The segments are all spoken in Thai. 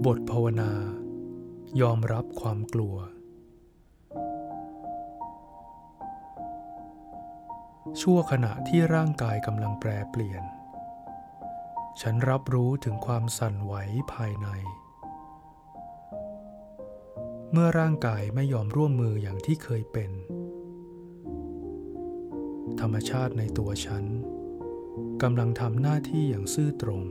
บทภาวนายอมรับความกลัวชั่วขณะที่ร่างกายกำลังแปรเปลี่ยนฉันรับรู้ถึงความสั่นไหวภายในเมื่อร่างกายไม่ยอมร่วมมืออย่างที่เคยเป็นธรรมชาติในตัวฉันกำลังทำหน้าที่อย่างซื่อตรง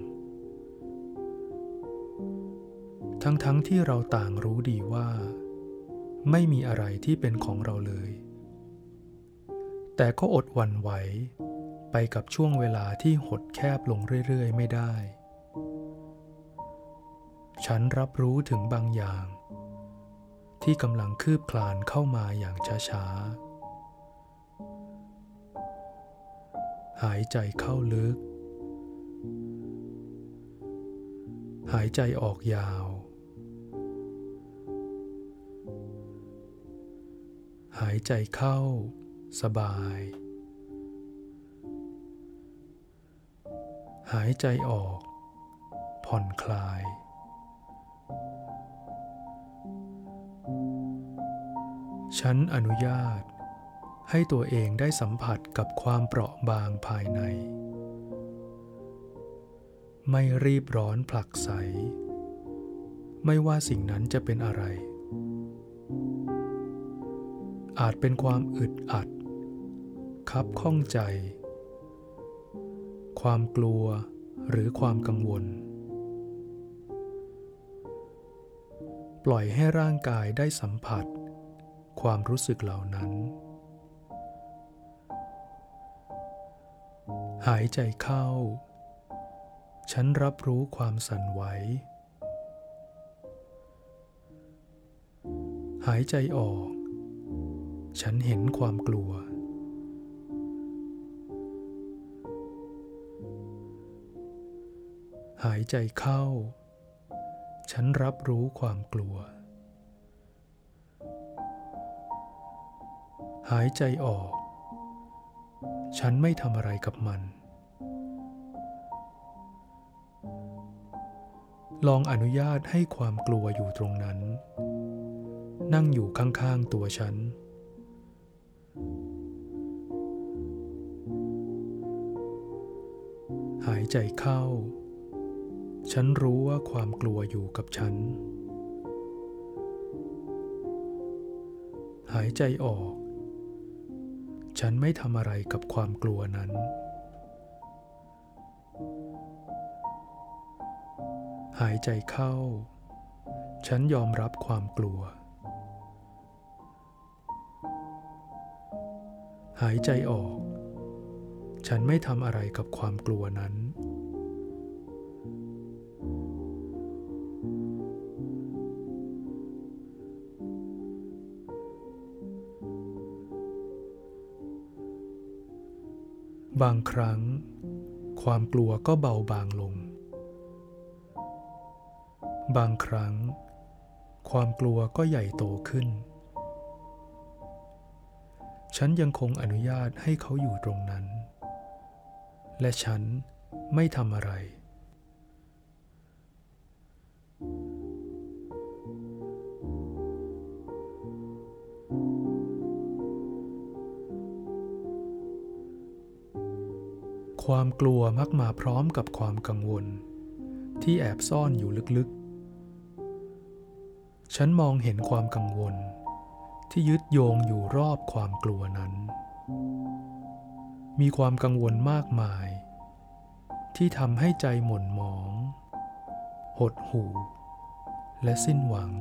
ทั้งที่เราต่างรู้ดีว่าไม่มีอะไรที่เป็นของเราเลยแต่ก็อดหวั่นไหวไปกับช่วงเวลาที่หดแคบลงเรื่อยๆไม่ได้ฉันรับรู้ถึงบางอย่างที่กำลังคืบคลานเข้ามาอย่างช้าๆหายใจเข้าลึกหายใจออกยาวหายใจเข้าสบายหายใจออกผ่อนคลายฉันอนุญาตให้ตัวเองได้สัมผัสกับความเปราะบางภายในไม่รีบร้อนผลักไสไม่ว่าสิ่งนั้นจะเป็นอะไรอาจเป็นความอึดอัดคับข้องใจความกลัวหรือความกังวลปล่อยให้ร่างกายได้สัมผัสความรู้สึกเหล่านั้นหายใจเข้าฉันรับรู้ความสั่นไหวหายใจออกฉันเห็นความกลัวหายใจเข้าฉันรับรู้ความกลัวหายใจออกฉันไม่ทำอะไรกับมันลองอนุญาตให้ความกลัวอยู่ตรงนั้นนั่งอยู่ข้างๆตัวฉันหายใจเข้าฉันรู้ว่าความกลัวอยู่กับฉันหายใจออกฉันไม่ทำอะไรกับความกลัวนั้นหายใจเข้าฉันยอมรับความกลัวหายใจออกฉันไม่ทำอะไรกับความกลัวนั้นบางครั้งความกลัวก็เบาบางลงบางครั้งความกลัวก็ใหญ่โตขึ้นฉันยังคงอนุญาตให้เขาอยู่ตรงนั้นและฉันไม่ทำอะไรความกลัวมักมาพร้อมกับความกังวลที่แอบซ่อนอยู่ลึกๆฉันมองเห็นความกังวลที่ยึดโยงอยู่รอบความกลัวนั้นมีความกังวลมากมายที่ทำให้ใจหม่นหมองหดหู่และสิ้นหวัง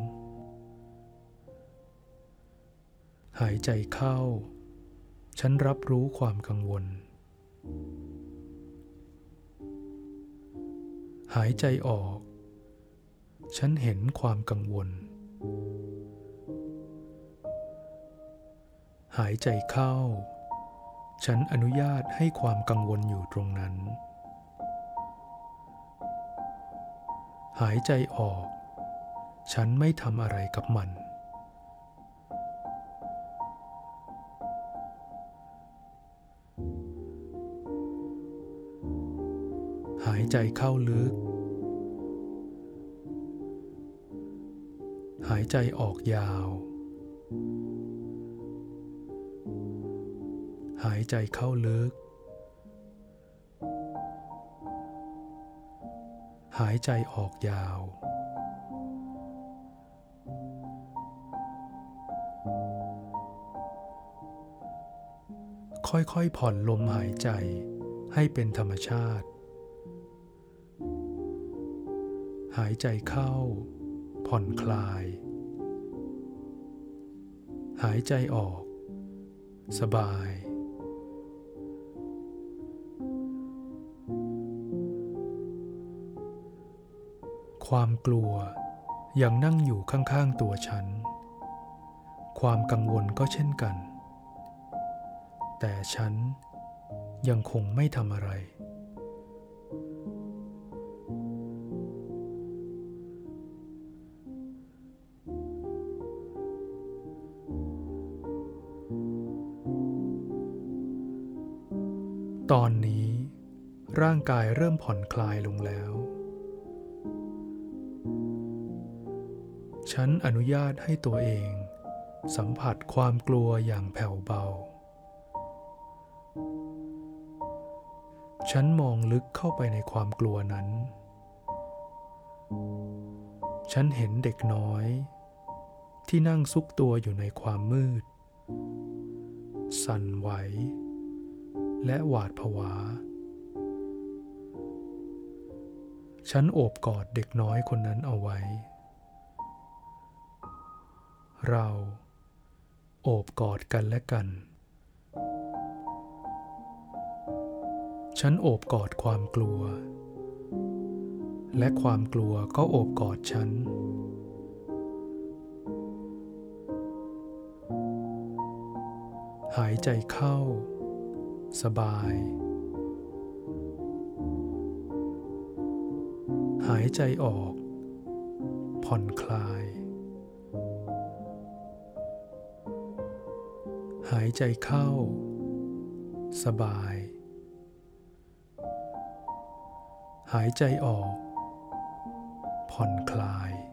หายใจเข้าฉันรับรู้ความกังวลหายใจออกฉันเห็นความกังวลหายใจเข้าฉันอนุญาตให้ความกังวลอยู่ตรงนั้นหายใจออกฉันไม่ทำอะไรกับมันหายใจเข้าลึกายใจออกยาวหายใจเข้าลึกหายใจออกยาวค่อยๆผ่อนลมหายใจให้เป็นธรรมชาติหายใจเข้าผ่อนคลายหายใจออกสบายความกลัวยังนั่งอยู่ข้างๆตัวฉันความกังวลก็เช่นกันแต่ฉันยังคงไม่ทำอะไรตอนนี้ร่างกายเริ่มผ่อนคลายลงแล้วฉันอนุญาตให้ตัวเองสัมผัสความกลัวอย่างแผ่วเบาฉันมองลึกเข้าไปในความกลัวนั้นฉันเห็นเด็กน้อยที่นั่งซุกตัวอยู่ในความมืดสั่นไหวและหวาดผวาฉันโอบกอดเด็กน้อยคนนั้นเอาไว้เราโอบกอดกันและกันฉันโอบกอดความกลัวและความกลัวก็โอบกอดฉันหายใจเข้าสบายหายใจออกผ่อนคลายหายใจเข้าสบายหายใจออกผ่อนคลาย